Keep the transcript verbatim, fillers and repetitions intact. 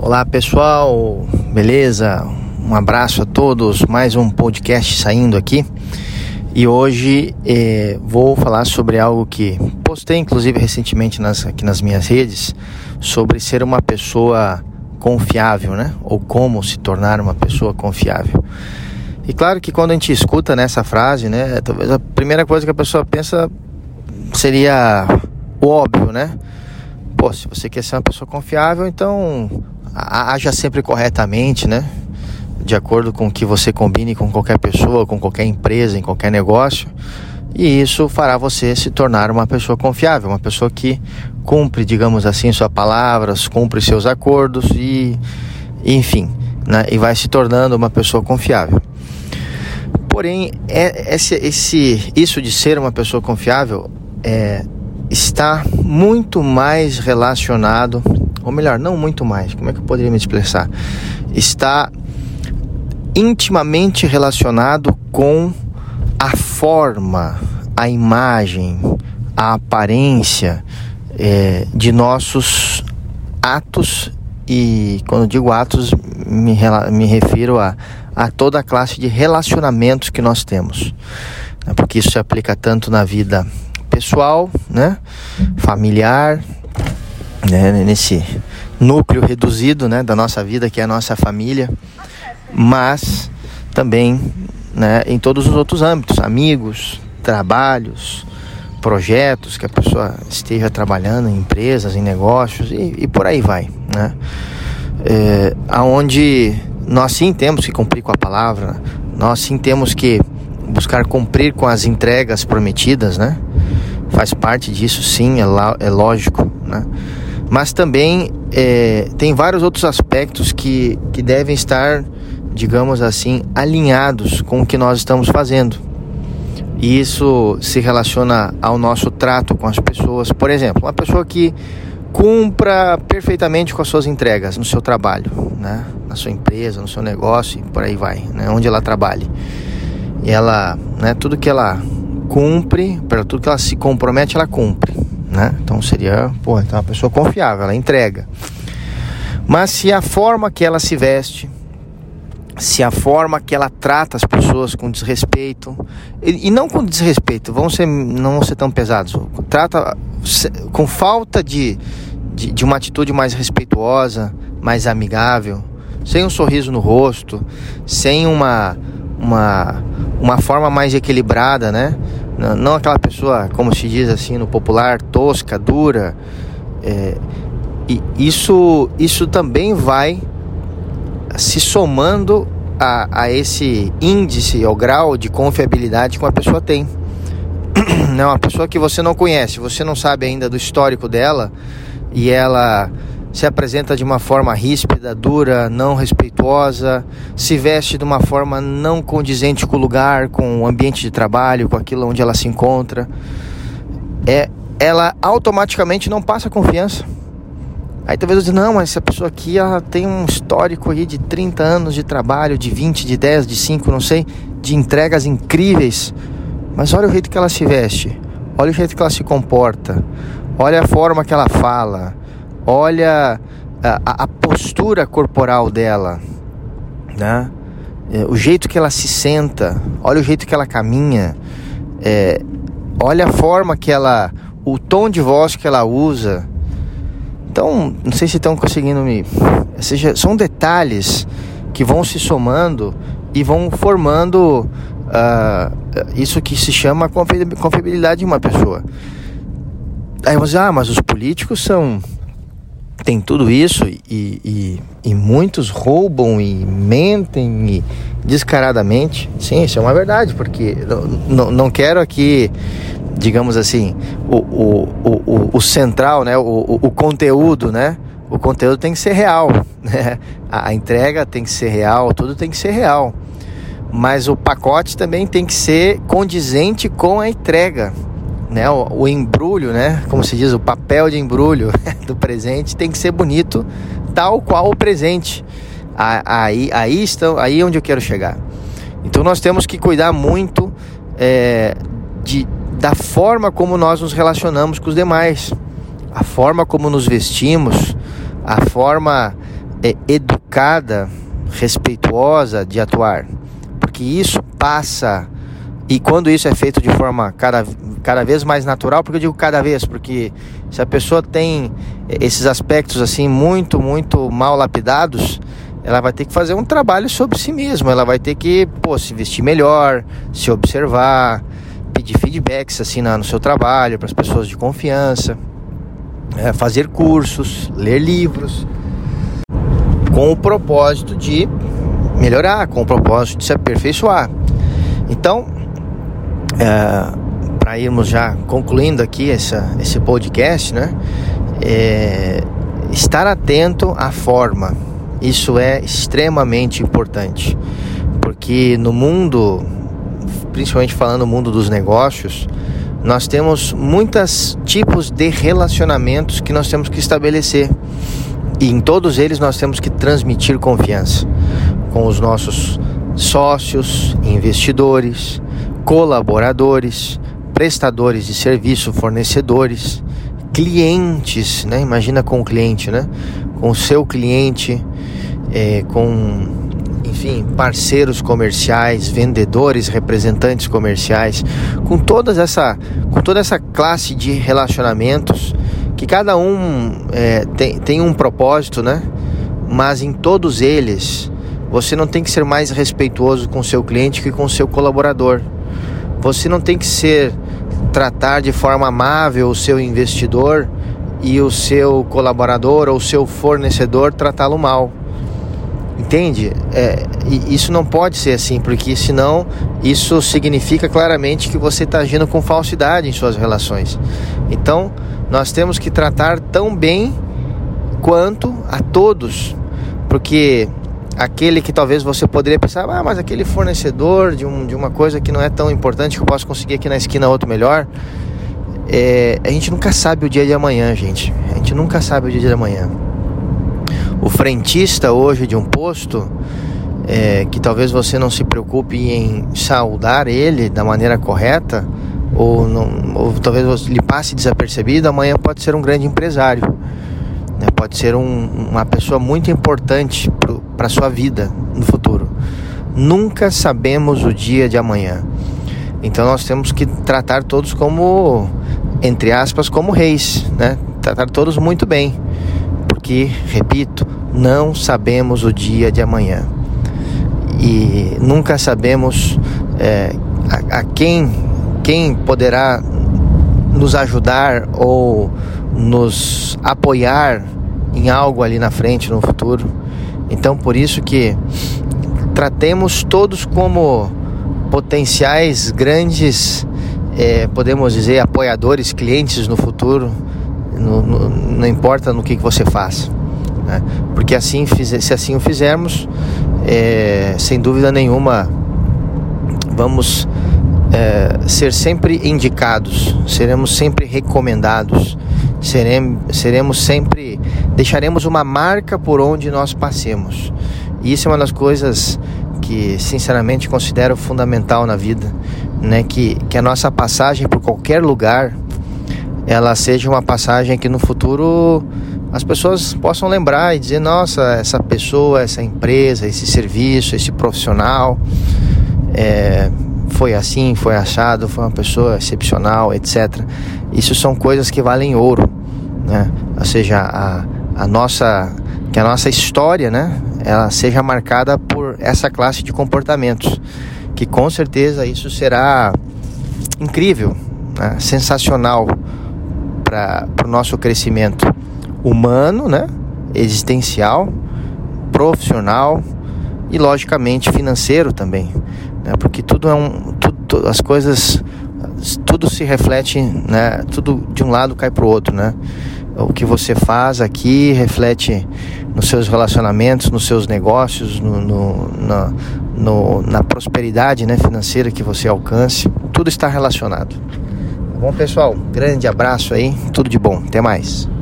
Olá pessoal, beleza? Um abraço a todos, mais um podcast saindo aqui. E hoje eh, vou falar sobre algo que postei inclusive recentemente nas, aqui nas minhas redes, sobre ser uma pessoa confiável, né? Ou como se tornar uma pessoa confiável. E claro que quando a gente escuta nessa frase, né, talvez a primeira coisa que a pessoa pensa seria o óbvio, né? Pô, se você quer ser uma pessoa confiável, então haja sempre corretamente, né? De acordo com o que você combine com qualquer pessoa, com qualquer empresa, em qualquer negócio. E isso fará você se tornar uma pessoa confiável, uma pessoa que cumpre, digamos assim, suas palavras, cumpre seus acordos e, enfim, né? E vai se tornando uma pessoa confiável. Porém, é, esse, esse, isso de ser uma pessoa confiável é, está muito mais relacionado, ou melhor, não muito mais, como é que eu poderia me expressar? Está intimamente relacionado com a forma, a imagem, a aparência é, de nossos atos. E quando digo atos, me, me refiro a, a toda a classe de relacionamentos que nós temos, né? Porque isso se aplica tanto na vida pessoal, né? Familiar, né? Nesse núcleo reduzido, né? Da nossa vida, que é a nossa família, mas também, né? Em todos os outros âmbitos, amigos, trabalhos, projetos que a pessoa esteja trabalhando em empresas, em negócios e, e por aí vai, né? É, aonde nós sim temos que cumprir com a palavra, nós sim temos que buscar cumprir com as entregas prometidas, né? Faz parte disso, sim, é, lá, é lógico, né? Mas também é, tem vários outros aspectos que, que devem estar, digamos assim, alinhados com o que nós estamos fazendo. E isso se relaciona ao nosso trato com as pessoas. Por exemplo, uma pessoa que cumpra perfeitamente com as suas entregas no seu trabalho, né? Na sua empresa, no seu negócio e por aí vai, né? Onde ela trabalhe. E ela, né? Tudo que ela cumpre, para tudo que ela se compromete, ela cumpre, né? Então seria, pô, então uma pessoa confiável, ela entrega. Mas se a forma que ela se veste, se a forma que ela trata as pessoas com desrespeito, e, e não com desrespeito, vão ser, não vão ser tão pesados, trata com falta de, de, de uma atitude mais respeituosa, mais amigável, sem um sorriso no rosto, sem uma, uma, uma forma mais equilibrada, né? Não, não aquela pessoa, como se diz assim no popular, tosca, dura. É, e isso, isso também vai se somando a, a esse índice ou grau de confiabilidade que uma pessoa tem. Não, uma pessoa que você não conhece, você não sabe ainda do histórico dela, e ela se apresenta de uma forma ríspida, dura, não respeituosa, se veste de uma forma não condizente com o lugar, com o ambiente de trabalho, com aquilo onde ela se encontra, é, ela automaticamente não passa confiança. Aí talvez eu diga, não, mas essa pessoa aqui, ela tem um histórico aí de trinta anos de trabalho, de vinte, de dez, de cinco, não sei, de entregas incríveis. Mas olha o jeito que ela se veste, olha o jeito que ela se comporta, olha a forma que ela fala, olha a, a postura corporal dela, né? O jeito que ela se senta, olha o jeito que ela caminha, é, olha a forma que ela, o tom de voz que ela usa. Então, não sei se estão conseguindo me... Seja, são detalhes que vão se somando e vão formando uh, isso que se chama confiabilidade de uma pessoa. Aí você diz, ah, mas os políticos são... Tem tudo isso e, e, e muitos roubam e mentem e descaradamente. Sim, isso é uma verdade, porque não, não quero aqui... digamos assim, o, o, o, o central, né? o, o, o conteúdo, né? O conteúdo tem que ser real, né? A, a entrega tem que ser real, tudo tem que ser real. Mas o pacote também tem que ser condizente com a entrega, né? O, o embrulho, né? Como se diz, o papel de embrulho do presente tem que ser bonito, tal qual o presente. Aí, aí, estão, aí é onde eu quero chegar. Então nós temos que cuidar muito é, de da forma como nós nos relacionamos com os demais, a forma como nos vestimos, a forma é, educada, respeituosa de atuar, porque isso passa, e quando isso é feito de forma cada, cada vez mais natural, porque eu digo cada vez, porque se a pessoa tem esses aspectos assim muito, muito mal lapidados, ela vai ter que fazer um trabalho sobre si mesma, ela vai ter que, pô, se vestir melhor, se observar, pedir feedbacks assim no seu trabalho para as pessoas de confiança, é, fazer cursos, ler livros, com o propósito de melhorar, com o propósito de se aperfeiçoar. Então, é, para irmos já concluindo aqui essa, esse podcast, né, é, estar atento à forma, isso é extremamente importante, porque no mundo, principalmente falando no mundo dos negócios, nós temos muitos tipos de relacionamentos que nós temos que estabelecer, e em todos eles nós temos que transmitir confiança com os nossos sócios, investidores, colaboradores, prestadores de serviço, fornecedores, clientes, né? Imagina com o cliente, né? Com o seu cliente, é, com, enfim, parceiros comerciais, vendedores, representantes comerciais, com todas essa, com toda essa classe de relacionamentos, que cada um é, tem, tem um propósito, né? Mas em todos eles, você não tem que ser mais respeitoso com o seu cliente que com o seu colaborador. Você não tem que ser, tratar de forma amável o seu investidor e o seu colaborador ou o seu fornecedor tratá-lo mal. Entende? É, isso não pode ser assim, porque senão isso significa claramente que você está agindo com falsidade em suas relações. Então, nós temos que tratar tão bem quanto a todos, porque aquele que talvez você poderia pensar, ah, mas aquele fornecedor de, um, de uma coisa que não é tão importante, que eu posso conseguir aqui na esquina outro melhor, é, a gente nunca sabe o dia de amanhã, gente. A gente nunca sabe o dia de amanhã. O frentista hoje de um posto, é, que talvez você não se preocupe em saudar ele da maneira correta, ou, não, ou talvez lhe passe desapercebido, amanhã pode ser um grande empresário, né? Pode ser um, uma pessoa muito importante para a sua vida no futuro. Nunca sabemos o dia de amanhã. Então nós temos que tratar todos como, entre aspas, como reis, né? Tratar todos muito bem, porque, repito, não sabemos o dia de amanhã, e nunca sabemos é, a, a quem, quem poderá nos ajudar ou nos apoiar em algo ali na frente, no futuro. Então, por isso que tratemos todos como potenciais grandes, é, podemos dizer, apoiadores, clientes no futuro. No, no, não importa no que, que você faça, né? Porque assim, se assim o fizermos, é, sem dúvida nenhuma, vamos é, ser sempre indicados, seremos sempre recomendados, seremos, seremos sempre, deixaremos uma marca por onde nós passemos. E isso é uma das coisas que, sinceramente, considero fundamental na vida, né? Que, que a nossa passagem por qualquer lugar, ela seja uma passagem que no futuro as pessoas possam lembrar e dizer, nossa, essa pessoa, essa empresa, esse serviço, esse profissional é, foi assim, foi achado, foi uma pessoa excepcional, etcétera. Isso são coisas que valem ouro, né? Ou seja, a, a nossa, que a nossa história, né, ela seja marcada por essa classe de comportamentos, que com certeza isso será incrível, né, sensacional para o nosso crescimento humano, né, existencial, profissional e logicamente financeiro também, né, porque tudo é um, tudo, as coisas, tudo se reflete, né, tudo de um lado cai para o outro, né? O que você faz aqui reflete nos seus relacionamentos, nos seus negócios, no, no, na, no, na prosperidade, né, financeira que você alcance. Tudo está relacionado. Bom, pessoal, grande abraço aí, tudo de bom, até mais.